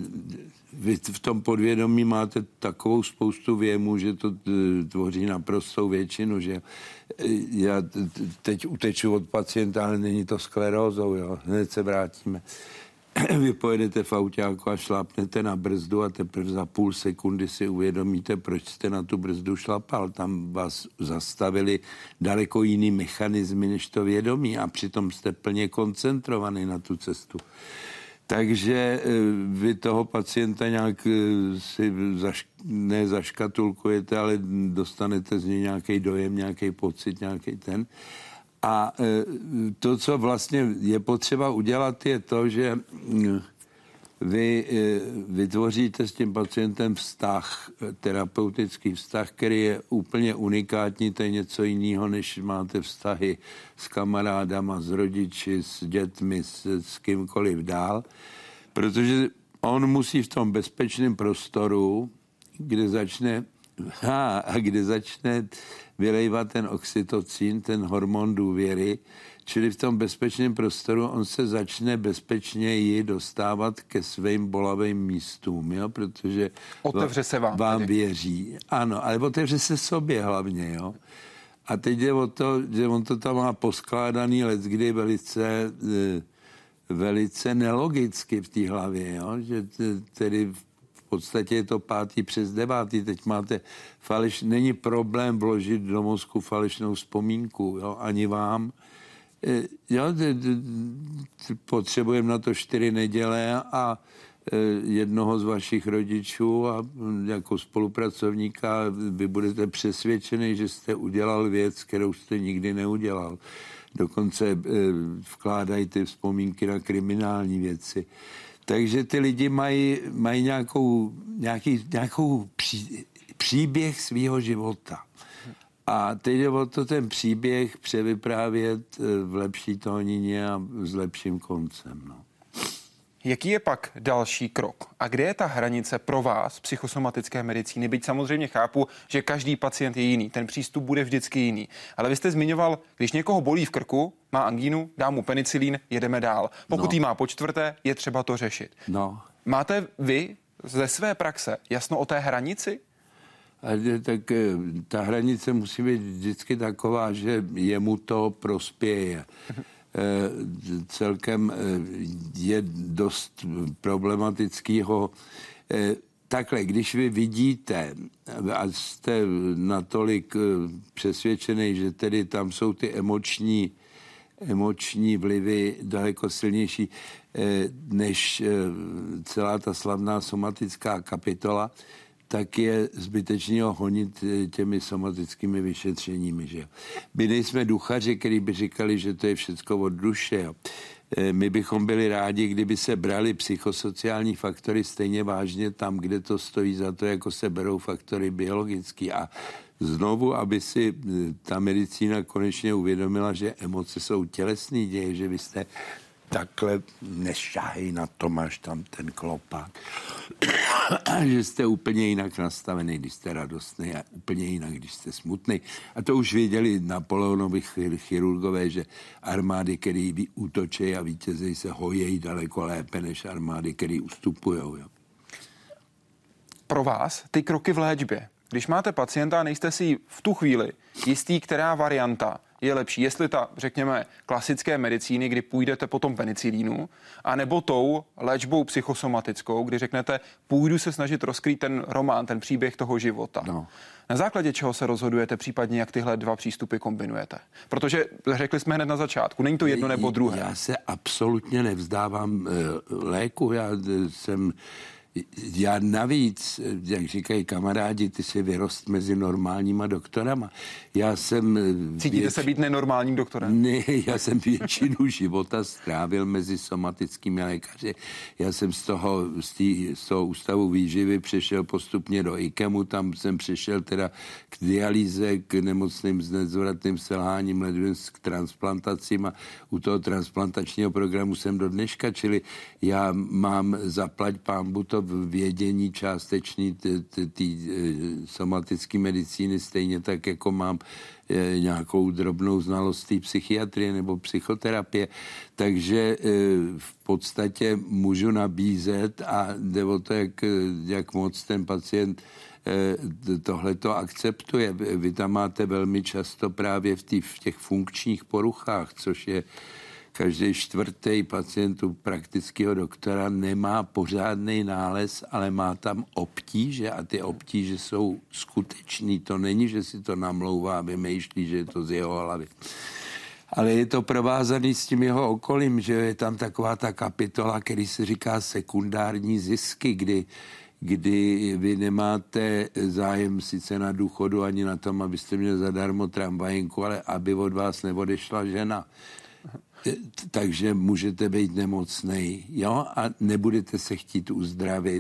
vy v tom podvědomí máte takovou spoustu věmů, že to tvoří naprostou většinu, že já teď uteču od pacienta, ale není to sklerózou, jo, hned se vrátíme. Vy pojedete v autáku a šlápnete na brzdu a teprve za půl sekundy si uvědomíte, proč jste na tu brzdu šlapal. Tam vás zastavili daleko jiný mechanismy než to vědomí a přitom jste plně koncentrovaný na tu cestu. Takže vy toho pacienta nějak si zaš, ne zaškatulkujete, ale dostanete z něj nějaký dojem, nějaký pocit, nějaký ten. A to, co vlastně je potřeba udělat, je to, že vy vytvoříte s tím pacientem vztah, terapeutický vztah, který je úplně unikátní, to je něco jiného, než máte vztahy s kamarádama, s rodiči, s dětmi, s, s kýmkoliv dál, protože on musí v tom bezpečném prostoru, kde začne a, a kde začne vylejvat ten oxytocin, ten hormon důvěry, čili v tom bezpečném prostoru on se začne bezpečněji dostávat ke svým bolavým místům, jo, protože otevře se vám, vám věří. Ano, ale otevře se sobě hlavně, jo. A teď jde o to, že on to tam má poskládaný leckdy velice, velice nelogicky v té hlavě, jo, že tedy v podstatě je to pátý přes devátý. Teď máte faleš, není problém vložit do mozku falešnou vzpomínku, jo, ani vám. E, jo, potřebujeme na to čtyři neděle a e, jednoho z vašich rodičů a jako spolupracovníka vy budete přesvědčený, že jste udělal věc, kterou jste nikdy neudělal. Dokonce e, vkládají ty vzpomínky na kriminální věci. Takže ty lidi mají, mají nějakou, nějaký, nějakou pří, příběh svýho života. A teď je o to ten příběh převyprávět v lepší tónině a s lepším koncem. No. Jaký je pak další krok? A kde je ta hranice pro vás psychosomatické medicíny? Byť samozřejmě chápu, že každý pacient je jiný, ten přístup bude vždycky jiný. Ale vy jste zmiňoval, když někoho bolí v krku, má angínu, dá mu penicilín, jedeme dál. Pokud jí no. má po čtvrté, je třeba to řešit. No. Máte vy ze své praxe jasno o té hranici? A tak ta hranice musí být vždycky taková, že jemu to prospěje. celkem je dost problematického. Takhle, když vy vidíte a jste natolik přesvědčený, že tedy tam jsou ty emoční, emoční vlivy daleko silnější než celá ta slavná somatická kapitola, tak je zbytečně ho honit těmi somatickými vyšetřeními. Že? My nejsme duchaři, kteří by říkali, že to je všecko od duše. Jo. My bychom byli rádi, kdyby se brali psychosociální faktory stejně vážně tam, kde to stojí za to, jako se berou faktory biologické. A znovu, aby si ta medicína konečně uvědomila, že emoce jsou tělesný děje, že vy jste takhle nešahej na to, máš tam ten klopák. Že jste úplně jinak nastavený, když jste radostný a úplně jinak, když jste smutný. A to už věděli Napoleonovi chirurgové, že armády, které útočí a vítězejí, se hojejí daleko lépe než armády, které ustupujou. Jo. Pro vás ty kroky v léčbě, když máte pacienta a nejste si v tu chvíli jistý, která varianta je lepší, jestli ta, řekněme, klasické medicíny, kdy půjdete po tom penicilínu, anebo tou léčbou psychosomatickou, kdy řeknete, půjdu se snažit rozkrýt ten román, ten příběh toho života. No. Na základě čeho se rozhodujete, případně jak tyhle dva přístupy kombinujete? Protože řekli jsme hned na začátku, není to jedno nebo druhé. Já se absolutně nevzdávám léku, já jsem... Já navíc, jak říkají kamarádi, ty si vyrost mezi normálníma doktorama. Já jsem... Cítíte věč... se být nenormálním doktorem? Ne, já jsem většinu života strávil mezi somatickými lékaři. Já jsem z toho, z, tý, z toho ústavu výživy přešel postupně do IKEMu, tam jsem přešel teda k dialýze, k nemocným s nezvratným selháním ledvin, k transplantacím a u toho transplantačního programu jsem do dneška, čili já mám zaplať pánbu to vědění částečný té somatické medicíny, stejně tak, jako mám e, nějakou drobnou znalost té psychiatrie nebo psychoterapie. Takže e, v podstatě můžu nabízet a jde o to, jak, jak moc ten pacient e, tohleto akceptuje. Vy tam máte velmi často právě v, tý, v těch funkčních poruchách, což je každý čtvrtý pacient u praktického doktora nemá pořádný nález, ale má tam obtíže a ty obtíže jsou skutečný. To není, že si to namlouvá, vymýšlí, že je to z jeho hlavy. Ale je to provázaný s tím jeho okolím, že je tam taková ta kapitola, který se říká sekundární zisky, kdy kdy vy nemáte zájem sice na důchodu ani na tom, abyste měli zadarmo tramvajenku, ale aby od vás neodešla žena. Takže můžete být nemocnej, jo, a nebudete se chtít uzdravit.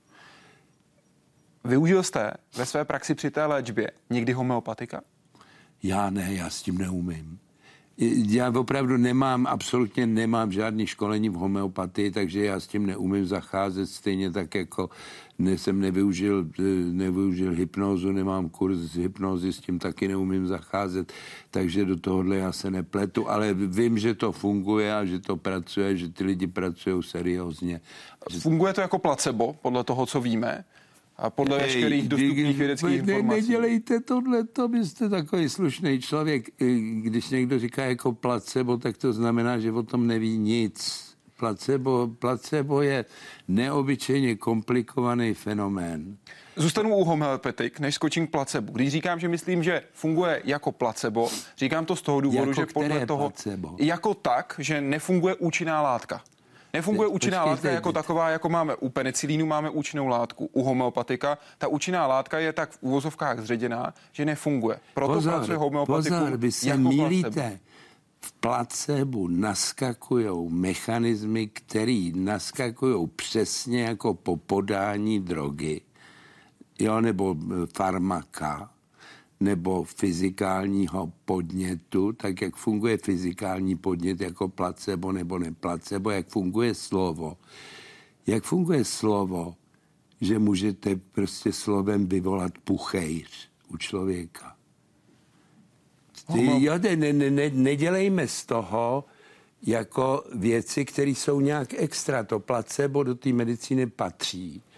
Využil jste ve své praxi při té léčbě někdy homeopatika? Já ne, já s tím neumím. Já opravdu nemám, absolutně nemám žádný školení v homeopatii, takže já s tím neumím zacházet, stejně tak jako ne, jsem nevyužil, nevyužil hypnózu, nemám kurz z hypnózy, s tím taky neumím zacházet, takže do tohohle já se nepletu, ale vím, že to funguje a že to pracuje, že ty lidi pracují seriózně. Funguje to jako placebo, podle toho, co víme? A podle veškerých dostupných vědeckých ne, informací. Nedělejte tohleto, vy jste takový slušný člověk. Když někdo říká jako placebo, tak to znamená, že o tom neví nic. Placebo, placebo je neobyčejně komplikovaný fenomén. Zůstanu u homeopatik, než skočím k placebo. Když říkám, že myslím, že funguje jako placebo, říkám to z toho důvodu, jako že podle toho... Placebo? Jako tak, že nefunguje účinná látka. Nefunguje Teď, účinná látka jako taková, jako máme u penicilínu, máme účinnou látku. U homeopatika ta účinná látka je tak v úvozovkách zředěná, že nefunguje. Proto pozor, pracuje homeopatiku pozor, vy se jako mýlíte. placebo. V placebu naskakujou mechanismy, které naskakují přesně jako po podání drogy, jo, nebo farmaka, nebo fyzikálního podnětu, tak jak funguje fyzikální podnět jako placebo nebo neplacebo, jak funguje slovo. Jak funguje slovo, že můžete prostě slovem vyvolat puchejř u člověka. Ty, jo, ne, ne, ne, nedělejme z toho jako věci, které jsou nějak extra. To placebo do té medicíny patří.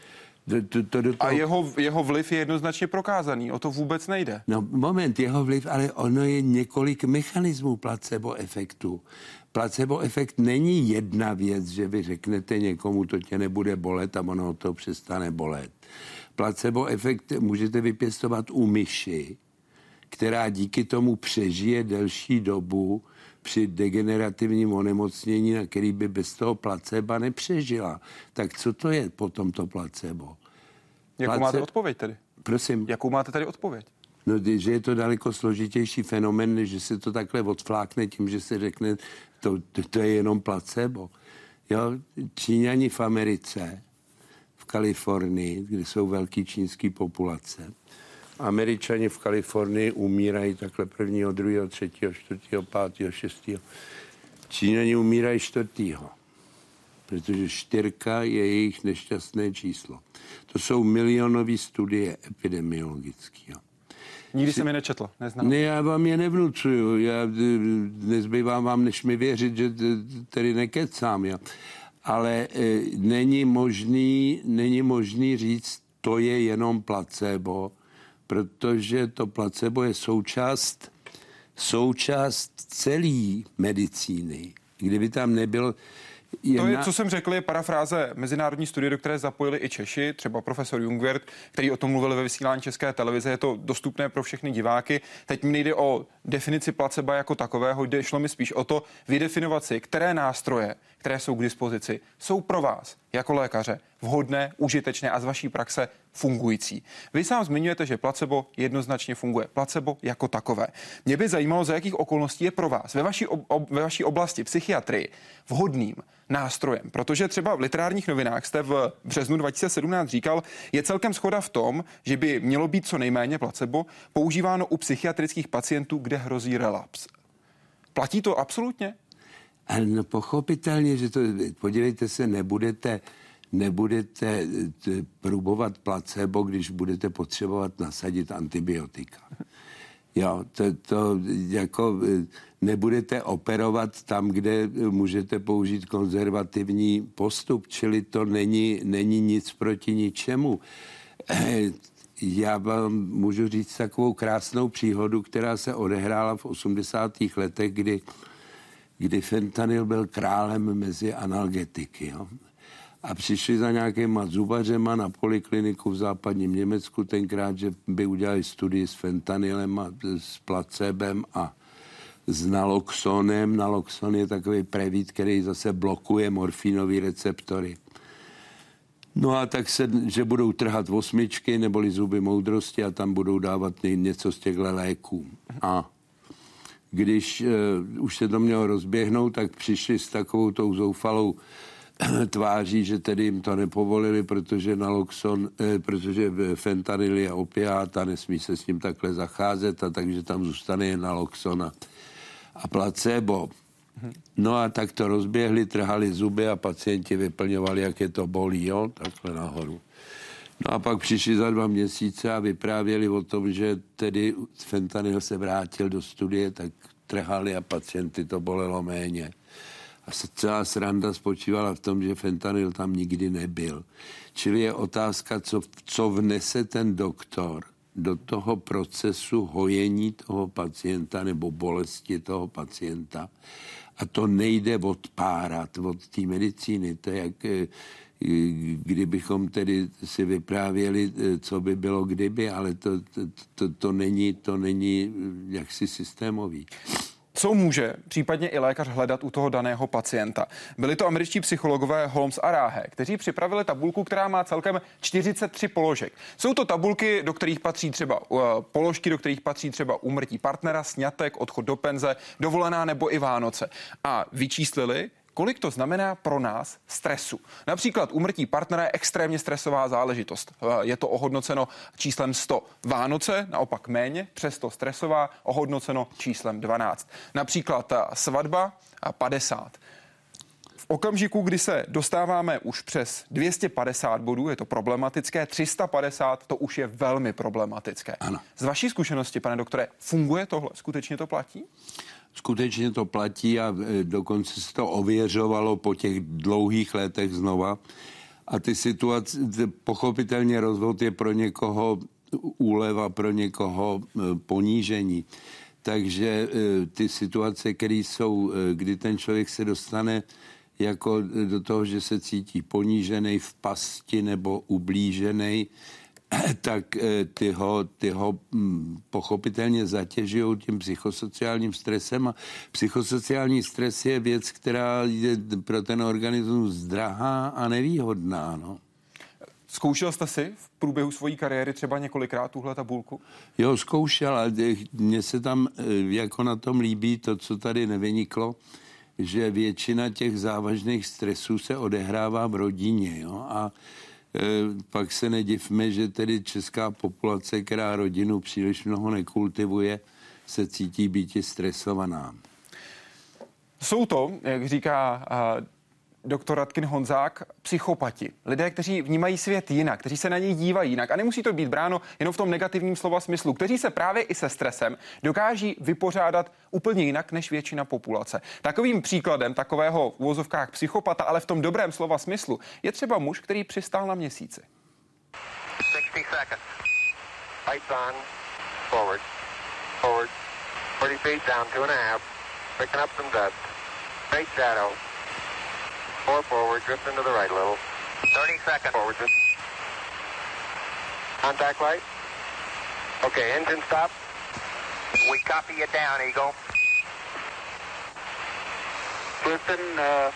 To, to, to do toho... A jeho, jeho vliv je jednoznačně prokázaný, o to vůbec nejde. No moment, jeho vliv, ale ono je několik mechanismů placebo efektu. Placebo efekt není jedna věc, že vy řeknete někomu, to tě nebude bolet a ono to přestane bolet. Placebo efekt můžete vypěstovat u myši, která díky tomu přežije delší dobu při degenerativním onemocnění, na který by bez toho placeba nepřežila. Tak co to je potom to placebo? Jakou Place... máte odpověď tedy? Prosím? Jakou máte tady odpověď? No, že je to daleko složitější fenomén, než že se to takhle odflákne tím, že se řekne, to, to, to je jenom placebo. Jo? Číňani v Americe, v Kalifornii, kde jsou velký čínský populace, Američani v Kalifornii umírají takhle prvního, druhého, třetího, čtvrtého, pátého, šestého. Číňani umírají čtvrtého, protože čtyřka je jejich nešťastné číslo. To jsou milionové studie epidemiologické. Nikdy jsem je nečetl, neznám. Ne, já vám je nevnucuju. Já nezbývám vám, než mi věřit, že tedy nekecám. Já. Ale e, není možný, není možný říct, to je jenom placebo, protože to placebo je součást, součást celé medicíny. Kdyby tam nebyl... Jedna... To je, co jsem řekl, je parafráze mezinárodní studie, do které zapojili i Češi, třeba profesor Jungwirth, který o tom mluvil ve vysílání České televize. Je to dostupné pro všechny diváky. Teď mi nejde o definici placeba jako takového, jde, šlo mi spíš o to vydefinovat si, které nástroje, které jsou k dispozici, jsou pro vás jako lékaře vhodné, užitečné a z vaší praxe fungující. Vy sám zmiňujete, že placebo jednoznačně funguje. Placebo jako takové. Mě by zajímalo, za jakých okolností je pro vás ve vaší, ob, ob, ve vaší oblasti psychiatrii vhodným nástrojem. Protože třeba v literárních novinách jste v březnu dva tisíce sedmnáct říkal, je celkem shoda v tom, že by mělo být co nejméně placebo používáno u psychiatrických pacientů, kde hrozí relaps. Platí to absolutně? Ale no pochopitelně, že to, podívejte se, nebudete, nebudete t, próbovat placebo, když budete potřebovat nasadit antibiotika. Jo, to, to jako nebudete operovat tam, kde můžete použít konzervativní postup, čili to není, není nic proti ničemu. Já vám můžu říct takovou krásnou příhodu, která se odehrála v osmdesátých letech, kdy, kdy fentanyl byl králem mezi analgetiky. Jo. A přišli za nějakýma zubařema na polikliniku v západním Německu tenkrát, že by udělali studii s fentanylem a s placebem a s naloxonem. Naloxon je takový prevít, který zase blokuje morfínové receptory. No a tak se, že budou trhat osmičky neboli zuby moudrosti a tam budou dávat něco z těchto léků. A když uh, už se to mělo rozběhnout, tak přišli s takovou tou zoufalou tváří, že tedy jim to nepovolili, protože naloxon, eh, protože fentanyl je opiát a nesmí se s ním takhle zacházet, a takže tam zůstane jen naloxon a, a placebo. No a tak to rozběhli, trhali zuby a pacienti vyplňovali, jak je to bolí, jo, takhle nahoru. No a pak přišli za dva měsíce a vyprávěli o tom, že tedy fentanyl se vrátil do studie, tak trhali a pacienty to bolelo méně. A celá sranda spočívala v tom, že fentanyl tam nikdy nebyl. Čili je otázka, co, co vnese ten doktor do toho procesu hojení toho pacienta nebo bolesti toho pacienta. A to nejde odpárat od té medicíny. To je jak kdybychom tedy si vyprávěli, co by bylo kdyby, ale to, to, to, to, není, to není jaksi systémový. Co může případně i lékař hledat u toho daného pacienta? Byli to američtí psychologové Holmes a Rahe, kteří připravili tabulku, která má celkem čtyřicet tři položek. Jsou to tabulky, do kterých patří třeba uh, položky, do kterých patří třeba úmrtí partnera, sňatek, odchod do penze, dovolená nebo i Vánoce. A vyčíslili, kolik to znamená pro nás stresu. Například úmrtí partnera je extrémně stresová záležitost. Je to ohodnoceno číslem sto. Vánoce naopak méně, přesto stresová, ohodnoceno číslem dvanáct. Například svatba padesát. V okamžiku, kdy se dostáváme už přes dvě stě padesát bodů, je to problematické, tři sta padesát, to už je velmi problematické. Ano. Z vaší zkušenosti, pane doktore, funguje tohle? Skutečně to platí? Skutečně to platí a dokonce se to ověřovalo po těch dlouhých letech znova. A ty situace, pochopitelně rozvod je pro někoho úleva, pro někoho ponížení. Takže ty situace, které jsou, kdy ten člověk se dostane jako do toho, že se cítí ponížený, v pasti nebo ublížený, tak ty ho, ty ho pochopitelně zatěžují tím psychosociálním stresem. A psychosociální stres je věc, která je pro ten organismus drahá a nevýhodná. No. Zkoušel jste si v průběhu své kariéry třeba několikrát tuhle tabulku? Jo, zkoušel, ale mně se tam jako na tom líbí to, co tady nevyniklo, že většina těch závažných stresů se odehrává v rodině. Jo? A e, pak se nedivme, že tedy česká populace, která rodinu příliš mnoho nekultivuje, se cítí býti stresovaná. Jsou to, jak říká a, doktor Radkin Honzák, psychopati. Lidé, kteří vnímají svět jinak, kteří se na něj dívají jinak. A nemusí to být bráno jenom v tom negativním slova smyslu, kteří se právě i se stresem dokáží vypořádat úplně jinak než většina populace. Takovým příkladem takového v uvozovkách psychopata, ale v tom dobrém slova smyslu, je třeba muž, který přistál na Měsíci. sixty seconds. Lights on. Forward. Forward. forty feet down, two and a half. Picking up some dust. Great shadow. Four forward, drift into the right a little. thirty seconds. Forward, drift. Contact light. Okay, engine stop. We copy you down, Eagle. Listen, uh,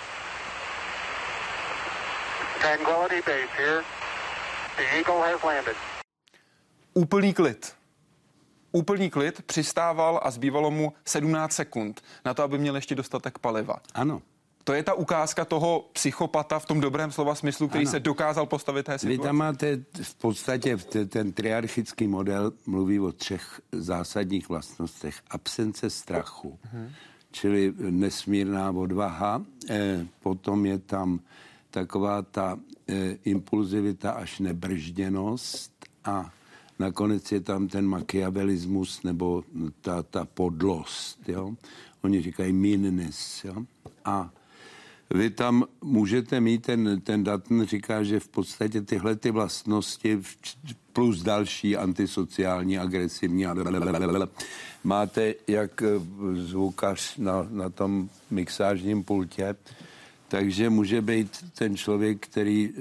Tranquility Base here. The Eagle has landed. Úplný klid. Úplný klid, přistával a zbývalo mu sedmnáct sekund na to, aby měl ještě dostatek paliva. Ano. To je ta ukázka toho psychopata v tom dobrém slova smyslu, který ano. se dokázal postavit té situaci. Vy tam máte v podstatě ten triarchický model mluví o třech zásadních vlastnostech. Absence strachu, hmm. čili nesmírná odvaha, eh, potom je tam taková ta eh, impulzivita až nebržděnost a nakonec je tam ten machiavelismus nebo ta, ta podlost. Jo? Oni říkají meanness. Jo? A vy tam můžete mít, ten, ten Dutton říká, že v podstatě tyhle ty vlastnosti plus další antisociální, agresivní a blablabla, máte jak zvukař na, na tom mixážním pultě, takže může být ten člověk, který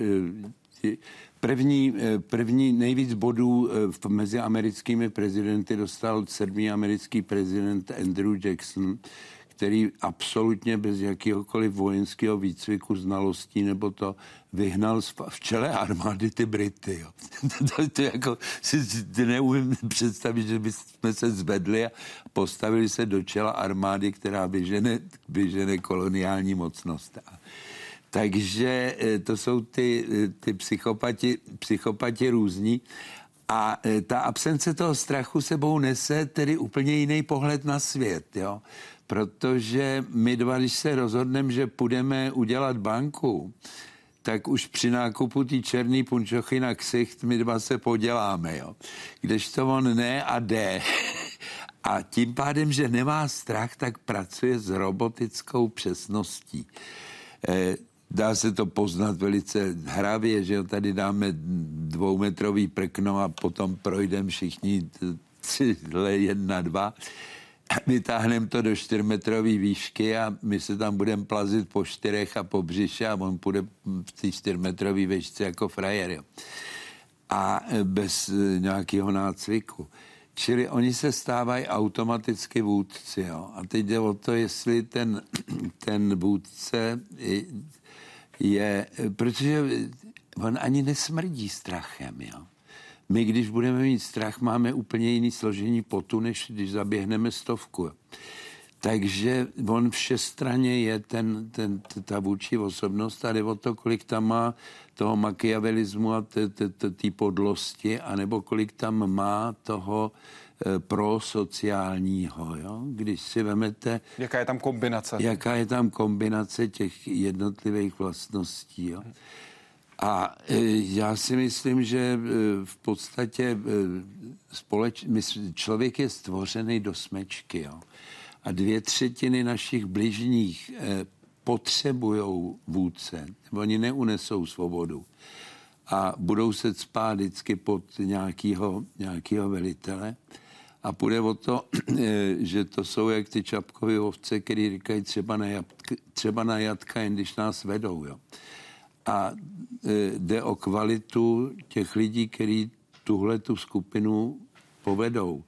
první, první nejvíc bodů mezi americkými prezidenty dostal sedmý americký prezident Andrew Jackson, který absolutně bez jakéhokoliv vojenského výcviku, znalostí nebo to vyhnal v čele armády ty Brity. Jo. to, to jako si neumím představit, že bychom se zvedli a postavili se do čela armády, která vyžene, vyžene koloniální mocnost. Takže to jsou ty, ty psychopati, psychopati různí. A ta absence toho strachu sebou nese tedy úplně jiný pohled na svět, jo. Protože my dva, když se rozhodneme, že půjdeme udělat banku, tak už při nákupu té černý punčochy na ksicht my dva se poděláme, jo. Kdežto on ne a jde. A tím pádem, že nemá strach, tak pracuje s robotickou přesností. Eh, Dá se to poznat velice hravě, že tady dáme dvoumetrový prkno a potom projdeme všichni třihle jedna, dva. Vytáhneme to do čtyřmetrové výšky a my se tam budeme plazit po čtyřech a po břiše a on půjde v té čtyřmetrové výšce jako frajer. Jo. A bez nějakého nácviku. Čili oni se stávají automaticky vůdci. Jo. A teď jde o to, jestli ten, ten vůdce je, protože on ani nesmrdí strachem, jo. My, když budeme mít strach, máme úplně jiný složení potu, než když zaběhneme stovku. Jo. Takže on všestranně je ten, ten, ta vůdčí osobnost a jde o to, kolik tam má toho machiavelismu a té podlosti, anebo kolik tam má toho e, prosociálního, jo? Když si vemete... Jaká je tam kombinace? Jaká je tam kombinace těch jednotlivých vlastností, jo? A e, já si myslím, že e, v podstatě e, společ, člověk je stvořený do smečky, jo? A dvě třetiny našich bližních e, potřebujou vůdce, oni neunesou svobodu a budou se cpát vždycky pod nějakýho, nějakýho velitele. A půjde o to, že to jsou jak ty čapkové ovce, který říkají třeba na, jatka, třeba na jatka, jen když nás vedou. Jo. A jde o kvalitu těch lidí, kteří tuhle tu skupinu povedou.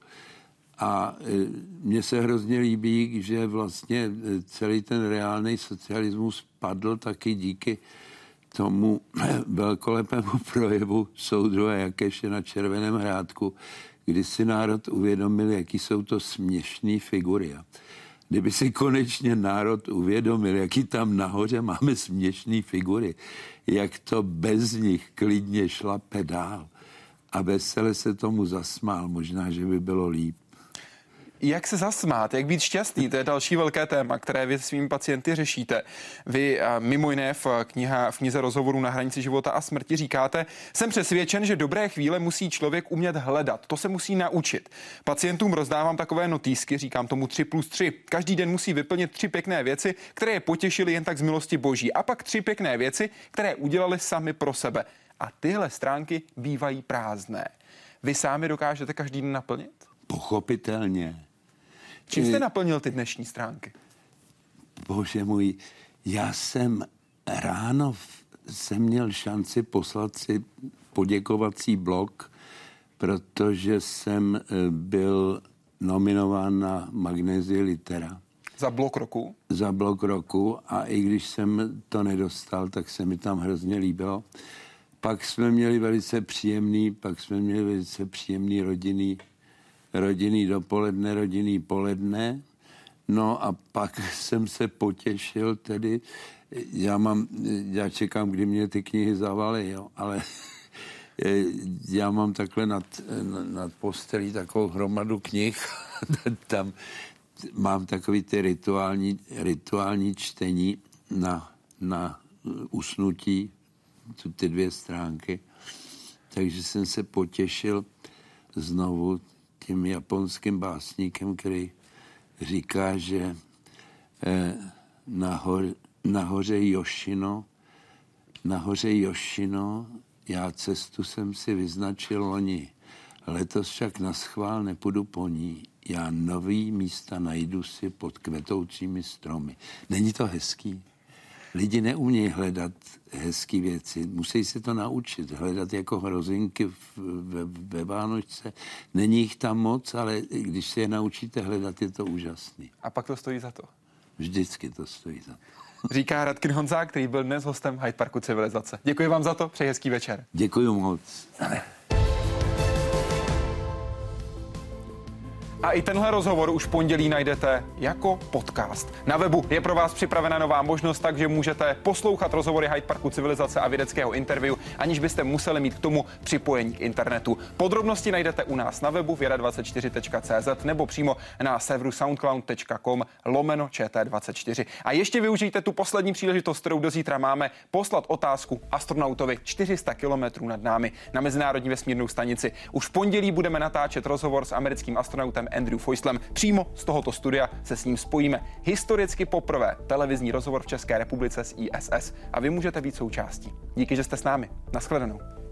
A mně se hrozně líbí, že vlastně celý ten reálný socialismus padl taky díky tomu velkolepému projevu soudruha Jakeše na Červeném Hrádku, kdy si národ uvědomil, jaký jsou to směšné figury. Kdyby si konečně národ uvědomil, jaký tam nahoře máme směšné figury, jak to bez nich klidně šlape dál a vesele se tomu zasmál, možná, že by bylo líp. Jak se zasmát, jak být šťastný, to je další velké téma, které vy svými pacienty řešíte. Vy mimo jiné v, kniha, v knize Rozhovorů na hranici života a smrti říkáte, jsem přesvědčen, že dobré chvíle musí člověk umět hledat, to se musí naučit. Pacientům rozdávám takové notýsky, říkám tomu tři plus tři. Každý den musí vyplnit tři pěkné věci, které je potěšily jen tak z milosti boží. A pak tři pěkné věci, které udělali sami pro sebe. A tyhle stránky bývají prázdné. Vy sami dokážete každý den naplnit? Pochopitelně. Čím jste naplnil ty dnešní stránky? Bože můj, já jsem ráno jsem měl šanci poslat si poděkovací blok, protože jsem byl nominován na Magnézii Litera. Za blok roku? Za blok roku a i když jsem to nedostal, tak se mi tam hrozně líbilo. Pak jsme měli velice příjemný, pak jsme měli velice příjemný rodinný rodinný dopoledne, rodinný poledne. No a pak jsem se potěšil tedy, já mám, já čekám, kdy mě ty knihy zavalí, jo, ale já mám takhle nad, nad postelí takovou hromadu knih, tam mám takový ty rituální, rituální čtení na, na usnutí, ty dvě stránky, takže jsem se potěšil znovu tím japonským básníkem, který říká, že eh, nahor, nahoře Yoshino, nahoře Yoshino, já cestu jsem si vyznačil loni. Letos však naschvál nepůjdu po ní. Já nový místa najdu si pod kvetoucími stromy. Není to hezký? Lidi neumějí hledat hezký věci, musí se to naučit. Hledat jako hrozinky ve, ve Vánočce. Není jich tam moc, ale když se je naučíte hledat, je to úžasný. A pak to stojí za to? Vždycky to stojí za to. Říká Radkin Honzák, který byl dnes hostem Hyde Parku Civilizace. Děkuji vám za to, přeji hezký večer. Děkuji moc. A i tenhle rozhovor už v pondělí najdete jako podcast. Na webu je pro vás připravena nová možnost, takže můžete poslouchat rozhovory Hyde Parku Civilizace a vědeckého interview, aniž byste museli mít k tomu připojení k internetu. Podrobnosti najdete u nás na webu věda dvacet čtyři tečka cé zet nebo přímo na serveru soundcloud tečka com lomeno Č T dvacet čtyři. A ještě využijte tu poslední příležitost, kterou do zítra máme, poslat otázku astronautovi čtyři sta kilometrů nad námi na Mezinárodní vesmírnou stanici. Už v pondělí budeme natáčet rozhovor s americkým astronautem Andrew Foystlem. Přímo z tohoto studia se s ním spojíme. Historicky poprvé televizní rozhovor v České republice s I S S. A vy můžete být součástí. Díky, že jste s námi. Naschledanou.